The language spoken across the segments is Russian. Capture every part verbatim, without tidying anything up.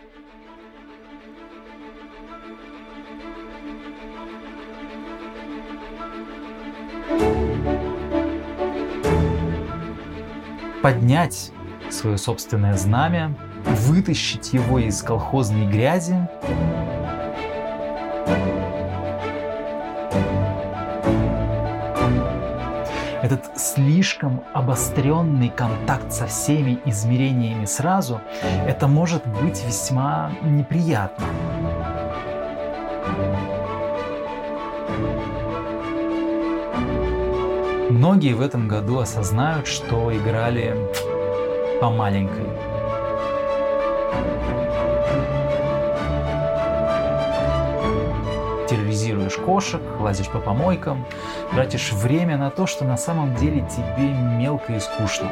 Поднять свое собственное знамя, вытащить его из колхозной грязи, этот слишком обостренный контакт со всеми измерениями сразу, это может быть весьма неприятно. Многие в этом году осознают, что играли по маленькой. Терроризируешь кошек, лазишь по помойкам, тратишь время на то, что на самом деле тебе мелко и скучно.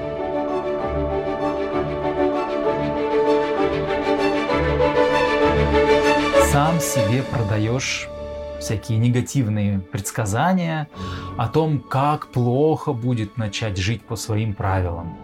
Сам себе продаешь всякие негативные предсказания о том, как плохо будет начать жить по своим правилам.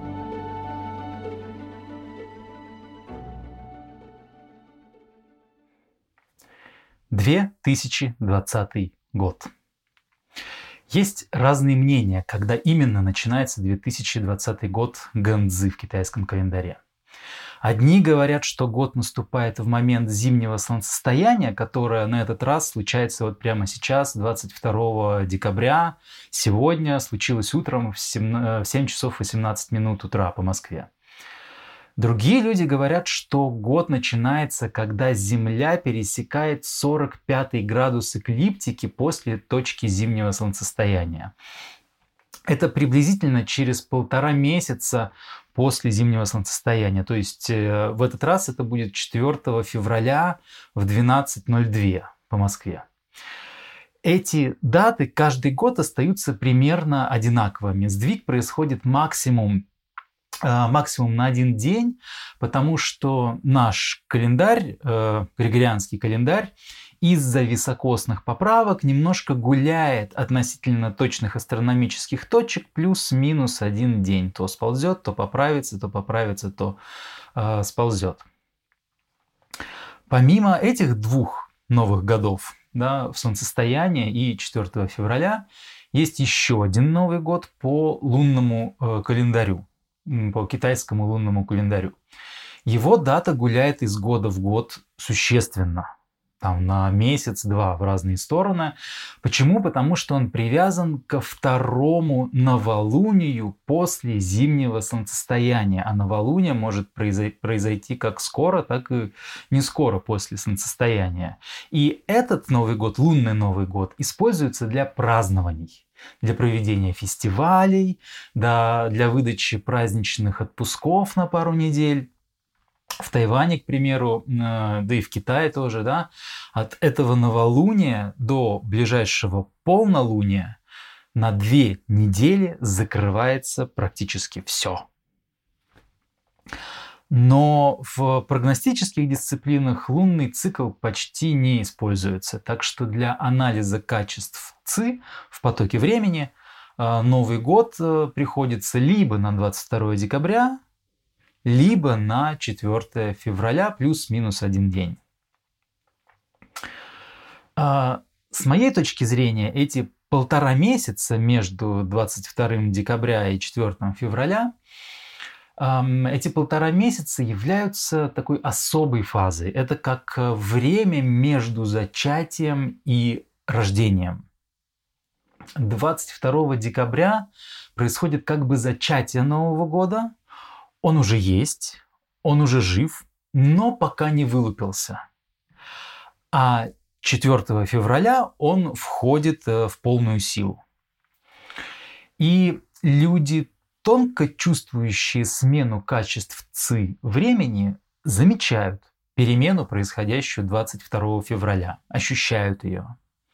две тысячи двадцатый год. Есть разные мнения, когда именно начинается две тысячи двадцатый год Гэнцзы в китайском календаре. Одни говорят, что год наступает в момент зимнего солнцестояния, которое на этот раз случается вот прямо сейчас, двадцать второго декабря. Сегодня случилось утром в семь часов восемнадцать минут утра по Москве. Другие люди говорят, что год начинается, когда Земля пересекает сорок пятый градус эклиптики после точки зимнего солнцестояния. Это приблизительно через полтора месяца после зимнего солнцестояния. То есть в этот раз это будет четвёртого февраля в двенадцать ноль два по Москве. Эти даты каждый год остаются примерно одинаковыми. Сдвиг происходит максимум максимум на один день, потому что наш календарь, э, григорианский календарь, из-за високосных поправок немножко гуляет относительно точных астрономических точек плюс-минус один день. То сползет, то поправится, то поправится, то э, сползет. Помимо этих двух новых годов, да, в солнцестояние и четвёртого февраля, есть еще один Новый год по лунному э, календарю. По китайскому лунному календарю. Его дата гуляет из года в год существенно. Там на месяц-два в разные стороны. Почему? Потому что он привязан ко второму новолунию после зимнего солнцестояния. А новолуние может произойти как скоро, так и не скоро после солнцестояния. И этот Новый год, лунный Новый год, используется для празднований. Для проведения фестивалей, да, для выдачи праздничных отпусков на пару недель. В Тайване, к примеру, да и в Китае тоже, да, от этого новолуния до ближайшего полнолуния на две недели закрывается практически все. Но в прогностических дисциплинах лунный цикл почти не используется. Так что для анализа качеств ЦИ в потоке времени Новый год приходится либо на двадцать второго декабря, либо на четвёртого февраля плюс-минус один день. С моей точки зрения, эти полтора месяца между двадцать второго декабря и четвёртого февраля эти полтора месяца являются такой особой фазой. Это как время между зачатием и рождением. двадцать второго декабря происходит как бы зачатие Нового года. Он уже есть, он уже жив, но пока не вылупился. А четвёртого февраля он входит в полную силу. И люди, тонко чувствующие смену качеств ЦИ времени, замечают перемену, происходящую двадцать второго февраля, ощущают ее.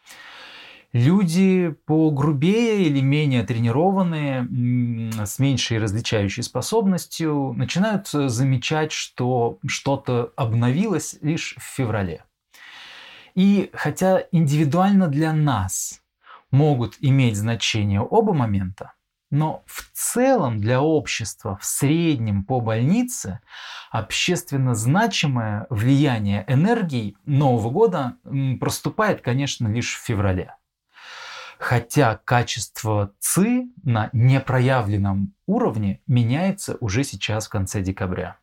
Люди погрубее или менее тренированные, с меньшей различающей способностью, начинают замечать, что что-то обновилось лишь в феврале. И хотя индивидуально для нас могут иметь значение оба момента, Но в целом для общества, в среднем по больнице, общественно значимое влияние энергии Нового года проступает, конечно, лишь в феврале. Хотя качество ЦИ на непроявленном уровне меняется уже сейчас в конце декабря.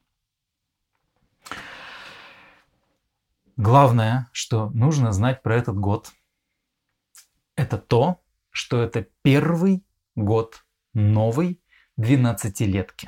Главное, что нужно знать про этот год, это то, что это первый год новой двенадцатилетки.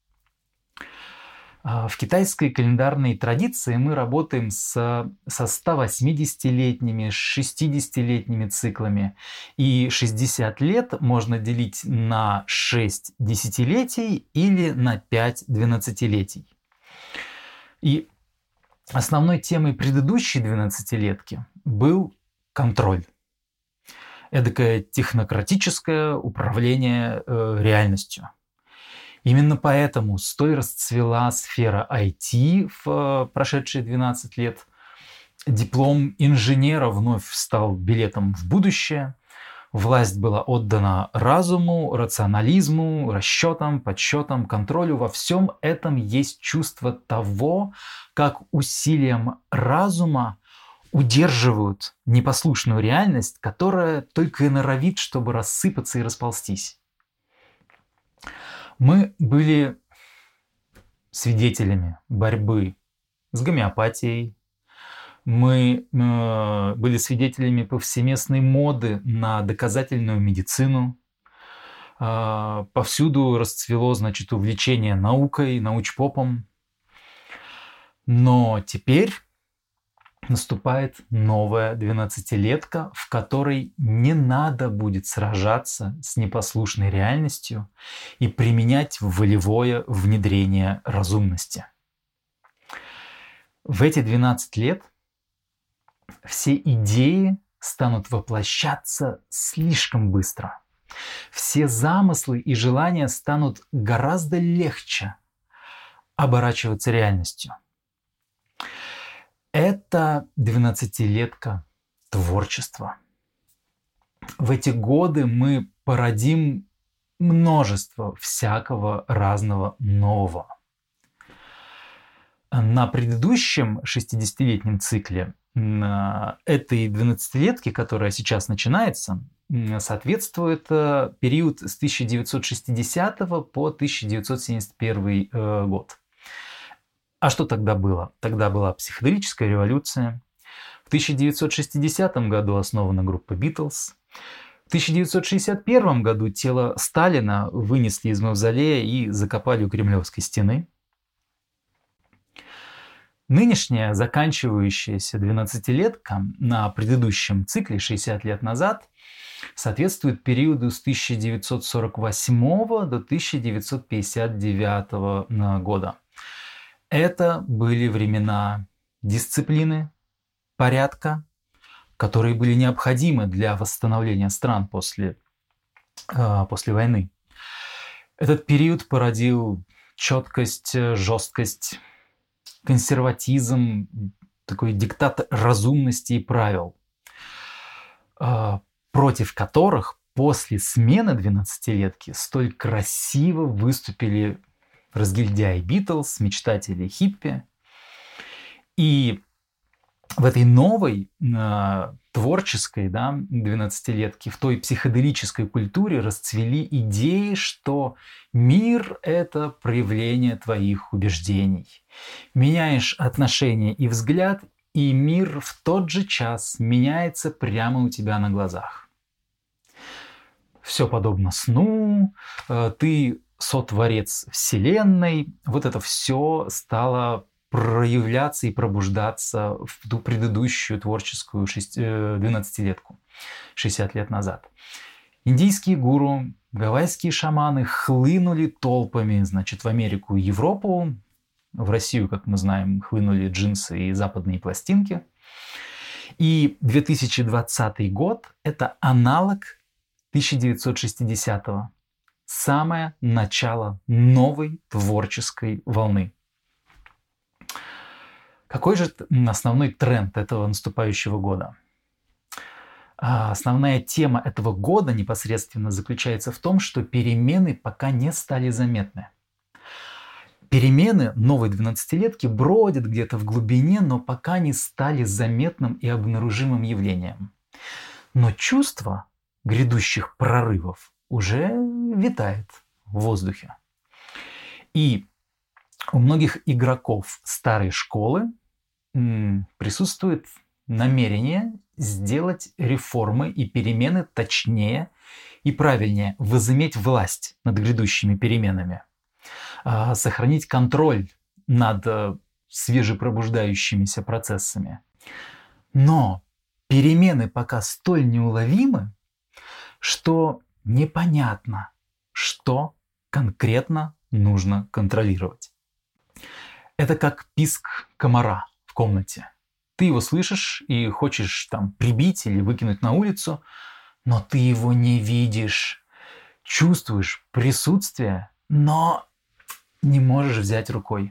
В китайской календарной традиции мы работаем с, со ста восьмидесятилетними, шестидесятилетними циклами. И шестьдесят лет можно делить на шесть десятилетий или на пять двенадцатилетий. И основной темой предыдущей двенадцатилетки был контроль. Эдакое технократическое управление э, реальностью. Именно поэтому столь расцвела сфера ай ти в прошедшие двенадцать лет. Диплом инженера вновь стал билетом в будущее. Власть была отдана разуму, рационализму, расчетам, подсчетам, контролю. Во всем этом есть чувство того, как усилием разума удерживают непослушную реальность, которая только и норовит, чтобы рассыпаться и расползтись. Мы были свидетелями борьбы с гомеопатией, мы э, были свидетелями повсеместной моды на доказательную медицину, э, повсюду расцвело, значит, увлечение наукой, научпопом. Но теперь наступает новая двенадцатилетка, в которой не надо будет сражаться с непослушной реальностью и применять волевое внедрение разумности. В эти двенадцать лет все идеи станут воплощаться слишком быстро. Все замыслы и желания станут гораздо легче оборачиваться реальностью. Это двенадцатилетка творчества. В эти годы мы породим множество всякого разного нового. На предыдущем шестидесятилетнем цикле этой двенадцатилетки, которая сейчас начинается, соответствует период с тысяча девятьсот шестидесятого по тысяча девятьсот семьдесят первый год. А что тогда было? Тогда была психоделическая революция. В тысяча девятьсот шестидесятом году основана группа Beatles. В тысяча девятьсот шестьдесят первом году тело Сталина вынесли из мавзолея и закопали у Кремлевской стены. Нынешняя заканчивающаяся двенадцатилетка на предыдущем цикле шестьдесят лет назад соответствует периоду с тысяча девятьсот сорок восьмого до тысяча девятьсот пятьдесят девятого года. Это были времена дисциплины, порядка, которые были необходимы для восстановления стран после, э, после войны. Этот период породил четкость, жесткость, консерватизм, такой диктат разумности и правил, э, против которых после смены двенадцатилетки столь красиво выступили разгильдяи Битлз, мечтатели хиппи. И в этой новой э, творческой, да, двенадцатилетке, в той психоделической культуре расцвели идеи, что мир – это проявление твоих убеждений. Меняешь отношение и взгляд, и мир в тот же час меняется прямо у тебя на глазах. Все подобно сну, э, ты сотворец Вселенной. Вот это все стало проявляться и пробуждаться в ту предыдущую творческую двенадцатилетку, шестьдесят лет назад. Индийские гуру, гавайские шаманы хлынули толпами, значит, в Америку и Европу. В Россию, как мы знаем, хлынули джинсы и западные пластинки. И две тысячи двадцатый год – это аналог тысяча девятьсот шестидесятого. Самое начало новой творческой волны. Какой же основной тренд этого наступающего года? А основная тема этого года непосредственно заключается в том, что перемены пока не стали заметны. Перемены новой двенадцатилетки бродят где-то в глубине, но пока не стали заметным и обнаружимым явлением. Но чувство грядущих прорывов уже витает в воздухе. И у многих игроков старой школы м, присутствует намерение сделать реформы и перемены точнее и правильнее, возыметь власть над грядущими переменами, а, сохранить контроль над а, свежепробуждающимися процессами. Но перемены пока столь неуловимы, что непонятно, что конкретно нужно контролировать. Это как писк комара в комнате. Ты его слышишь и хочешь там прибить или выкинуть на улицу, но ты его не видишь. Чувствуешь присутствие, но не можешь взять рукой.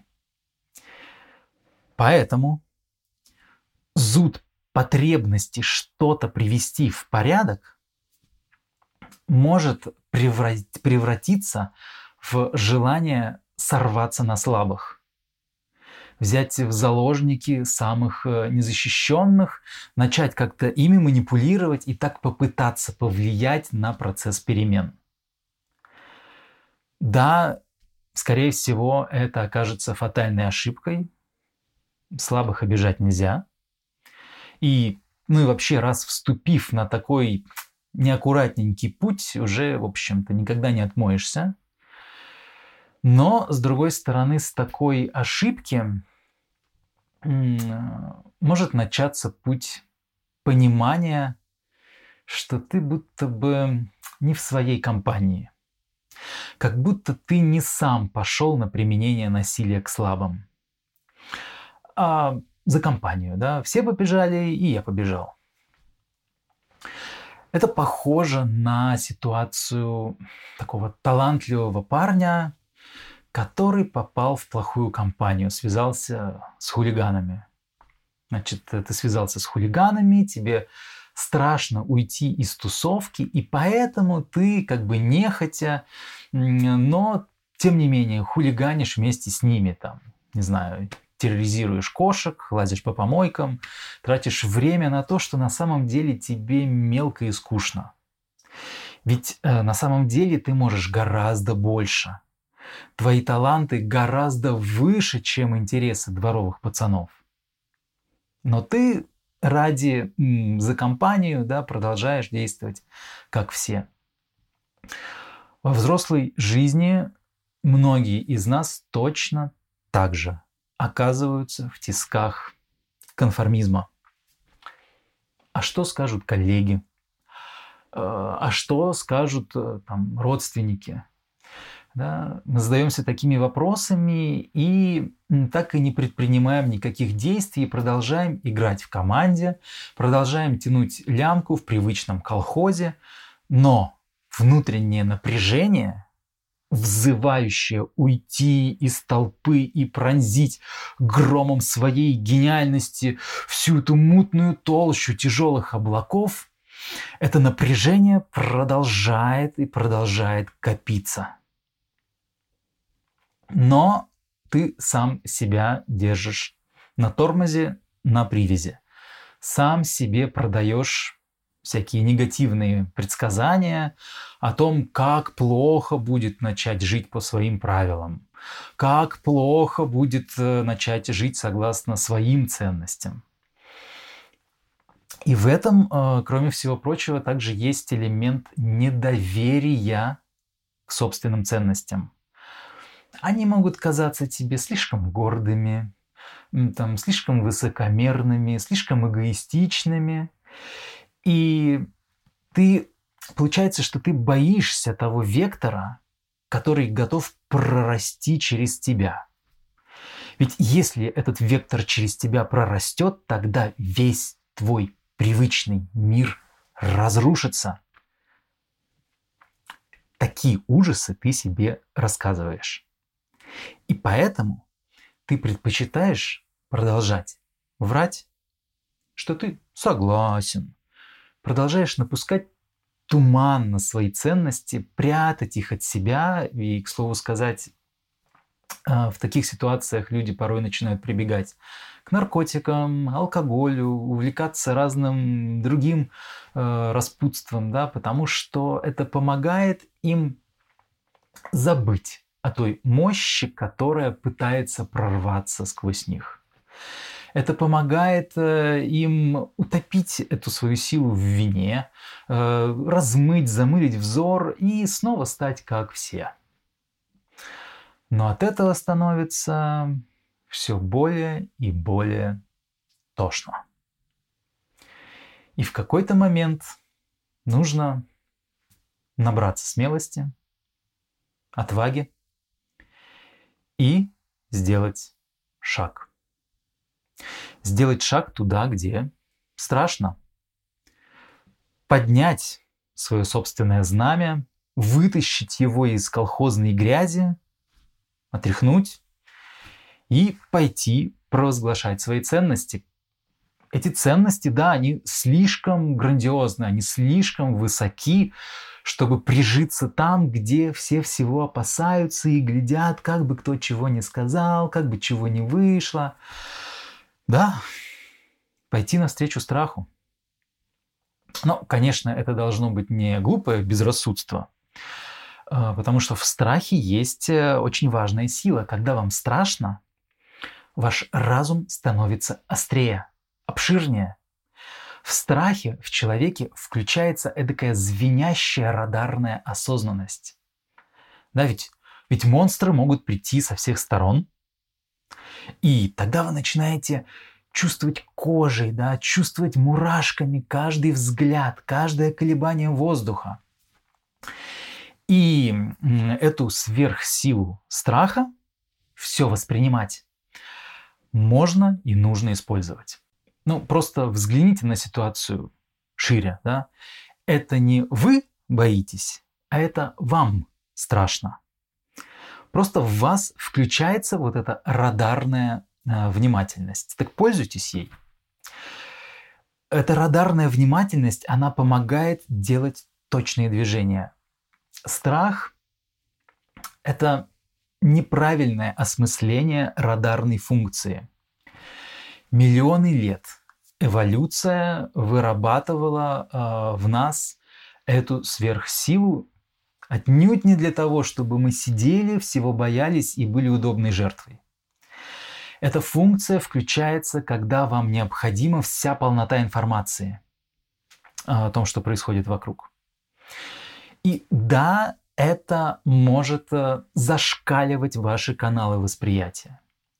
Поэтому зуд потребности что-то привести в порядок может превратиться в желание сорваться на слабых, взять в заложники самых незащищенных, начать как-то ими манипулировать и так попытаться повлиять на процесс перемен. Да, скорее всего, это окажется фатальной ошибкой. Слабых обижать нельзя. И, ну и вообще, раз вступив на такой неаккуратненький путь, уже, в общем-то, никогда не отмоешься. Но, с другой стороны, с такой ошибки может начаться путь понимания, что ты будто бы не в своей компании. Как будто ты не сам пошел на применение насилия к слабым, а за компанию. Да? Все побежали, и я побежал. Это похоже на ситуацию такого талантливого парня, который попал в плохую компанию, связался с хулиганами. Значит, ты связался с хулиганами, тебе страшно уйти из тусовки, и поэтому ты как бы нехотя, но тем не менее хулиганишь вместе с ними, там, не знаю, терроризируешь кошек, лазишь по помойкам, тратишь время на то, что на самом деле тебе мелко и скучно. Ведь э, на самом деле ты можешь гораздо больше. Твои таланты гораздо выше, чем интересы дворовых пацанов. Но ты ради, м, за компанию, да, продолжаешь действовать, как все. Во взрослой жизни многие из нас точно так же оказываются в тисках конформизма. А что скажут коллеги? А что скажут там, родственники? Да? Мы задаемся такими вопросами и так и не предпринимаем никаких действий, продолжаем играть в команде, продолжаем тянуть лямку в привычном колхозе, но внутреннее напряжение, взывающее уйти из толпы и пронзить громом своей гениальности всю эту мутную толщу тяжелых облаков, это напряжение продолжает и продолжает копиться. Но ты сам себя держишь на тормозе, на привязи. Сам себе продаешь всякие негативные предсказания о том, как плохо будет начать жить по своим правилам, как плохо будет начать жить согласно своим ценностям. И в этом, кроме всего прочего, также есть элемент недоверия к собственным ценностям. Они могут казаться тебе слишком гордыми, там, слишком высокомерными, слишком эгоистичными. И ты, получается, что ты боишься того вектора, который готов прорасти через тебя. Ведь если этот вектор через тебя прорастет, тогда весь твой привычный мир разрушится. Такие ужасы ты себе рассказываешь. И поэтому ты предпочитаешь продолжать врать, что ты согласен, продолжаешь напускать туман на свои ценности, прятать их от себя. И, к слову сказать, в таких ситуациях люди порой начинают прибегать к наркотикам, алкоголю, увлекаться разным другим э, распутством, да, потому что это помогает им забыть о той мощи, которая пытается прорваться сквозь них. Это помогает э, им утопить эту свою силу в вине, э, размыть, замылить взор и снова стать как все. Но от этого становится все более и более тошно. И в какой-то момент нужно набраться смелости, отваги и сделать шаг. Сделать шаг туда, где страшно. Поднять свое собственное знамя, вытащить его из колхозной грязи, отряхнуть и пойти провозглашать свои ценности. Эти ценности, да, они слишком грандиозны, они слишком высоки, чтобы прижиться там, где все всего опасаются и глядят, как бы кто чего не сказал, как бы чего не вышло. Да, пойти навстречу страху. Но, конечно, это должно быть не глупое безрассудство, потому что в страхе есть очень важная сила. Когда вам страшно, ваш разум становится острее, обширнее. В страхе в человеке включается эдакая звенящая радарная осознанность. Да, ведь, ведь монстры могут прийти со всех сторон, и тогда вы начинаете чувствовать кожей, да, чувствовать мурашками каждый взгляд, каждое колебание воздуха. И эту сверхсилу страха, все воспринимать, можно и нужно использовать. Ну, просто взгляните на ситуацию шире, да. Это не вы боитесь, а это вам страшно. Просто в вас включается вот эта радарная э, внимательность. Так пользуйтесь ей. Эта радарная внимательность, она помогает делать точные движения. Страх – это неправильное осмысление радарной функции. Миллионы лет эволюция вырабатывала э, в нас эту сверхсилу отнюдь не для того, чтобы мы сидели, всего боялись и были удобной жертвой. Эта функция включается, когда вам необходима вся полнота информации о том, что происходит вокруг. И да, это может зашкаливать ваши каналы восприятия.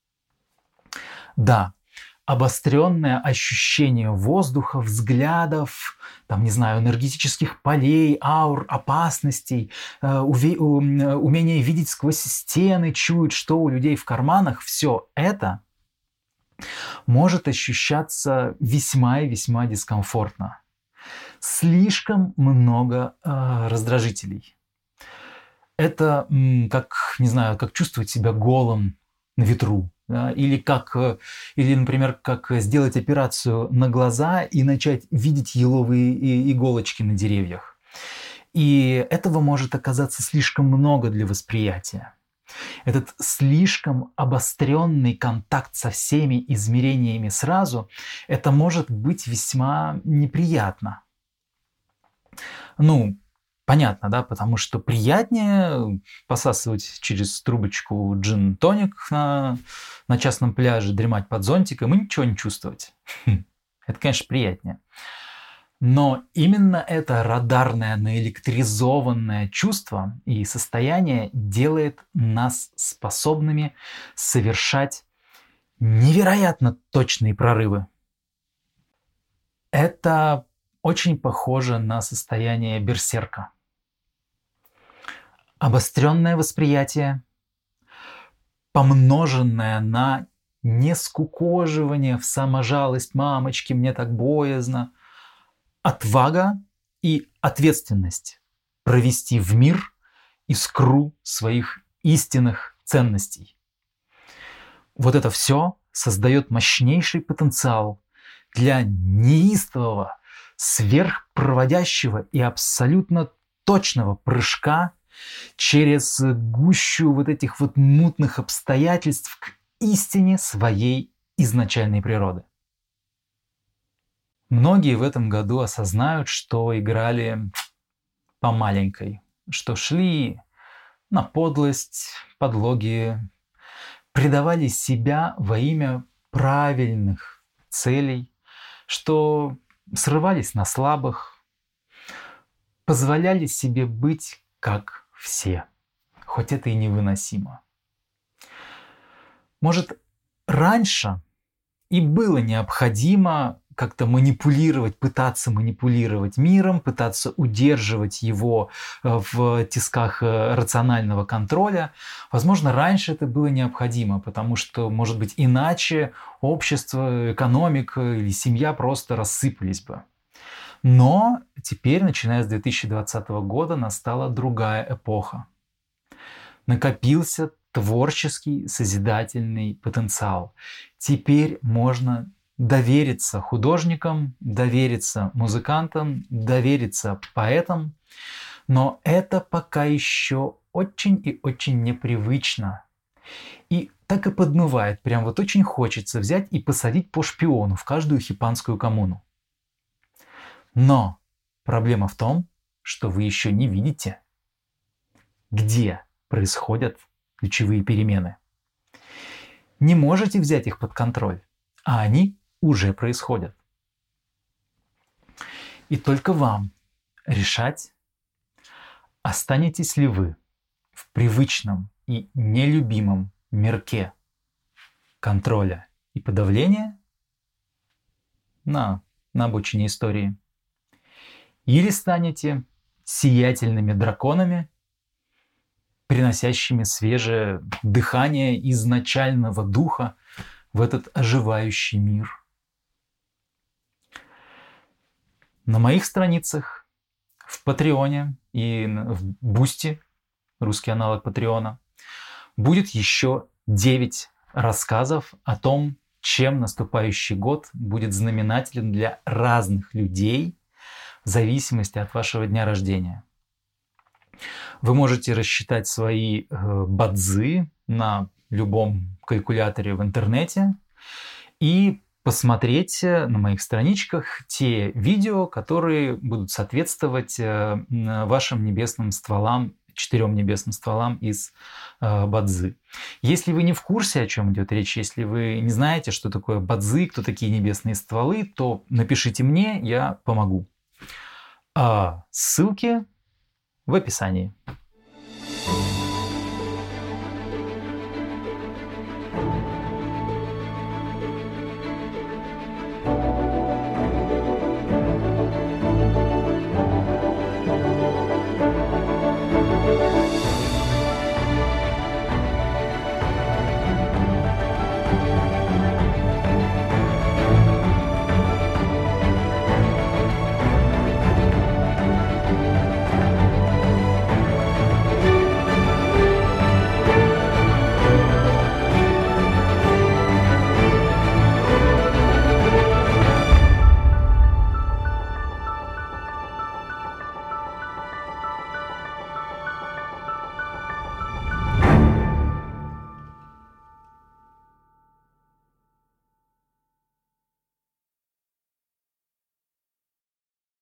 Да, обостренное ощущение воздуха, взглядов, там, не знаю, энергетических полей, аур, опасностей, умение видеть сквозь стены, чуять, что у людей в карманах, все это может ощущаться весьма и весьма дискомфортно. Слишком много э, раздражителей. Это м, как, не знаю, как чувствовать себя голым на ветру. Да? Или, как, или, например, как сделать операцию на глаза и начать видеть еловые иголочки на деревьях. И этого может оказаться слишком много для восприятия. Этот слишком обостренный контакт со всеми измерениями сразу, это может быть весьма неприятно. Ну, понятно, да, потому что приятнее посасывать через трубочку джин-тоник на, на частном пляже, дремать под зонтиком и ничего не чувствовать. Это, конечно, приятнее. Но именно это радарное, наэлектризованное чувство и состояние делает нас способными совершать невероятно точные прорывы. Это очень похоже на состояние берсерка. Обостренное восприятие, помноженное на нескукоживание в саможалость, мамочки, мне так боязно, отвага и ответственность провести в мир искру своих истинных ценностей. Вот это все создает мощнейший потенциал для неистового, сверхпроводящего и абсолютно точного прыжка через гущу вот этих вот мутных обстоятельств к истине своей изначальной природы. Многие в этом году осознают, что играли по маленькой, что шли на подлость, подлоги, предавали себя во имя правильных целей, что срывались на слабых, позволяли себе быть как все, хоть это и невыносимо. Может, раньше и было необходимо как-то манипулировать, пытаться манипулировать миром, пытаться удерживать его в тисках рационального контроля. Возможно, раньше это было необходимо, потому что, может быть, иначе общество, экономика или семья просто рассыпались бы. Но теперь, начиная с две тысячи двадцатого года, настала другая эпоха. Накопился творческий, созидательный потенциал. Теперь можно довериться художникам, довериться музыкантам, довериться поэтам, но это пока еще очень и очень непривычно. И так и подмывает, прям вот очень хочется взять и посадить по шпиону в каждую хипанскую коммуну. Но проблема в том, что вы еще не видите, где происходят ключевые перемены. Не можете взять их под контроль, а они уже происходят. И только вам решать, останетесь ли вы в привычном и нелюбимом мирке контроля и подавления на, на обочине истории, или станете сиятельными драконами, приносящими свежее дыхание изначального духа в этот оживающий мир. На моих страницах, в Патреоне и в Бусти, русский аналог Патреона, будет еще девять рассказов о том, чем наступающий год будет знаменателен для разных людей в зависимости от вашего дня рождения. Вы можете рассчитать свои э, бадзи на любом калькуляторе в интернете и посмотреть на моих страничках те видео, которые будут соответствовать э, вашим небесным стволам, четырем небесным стволам из э, бадзи. Если вы не в курсе, о чем идет речь, если вы не знаете, что такое бадзи, кто такие небесные стволы, то напишите мне, я помогу. А ссылки в описании.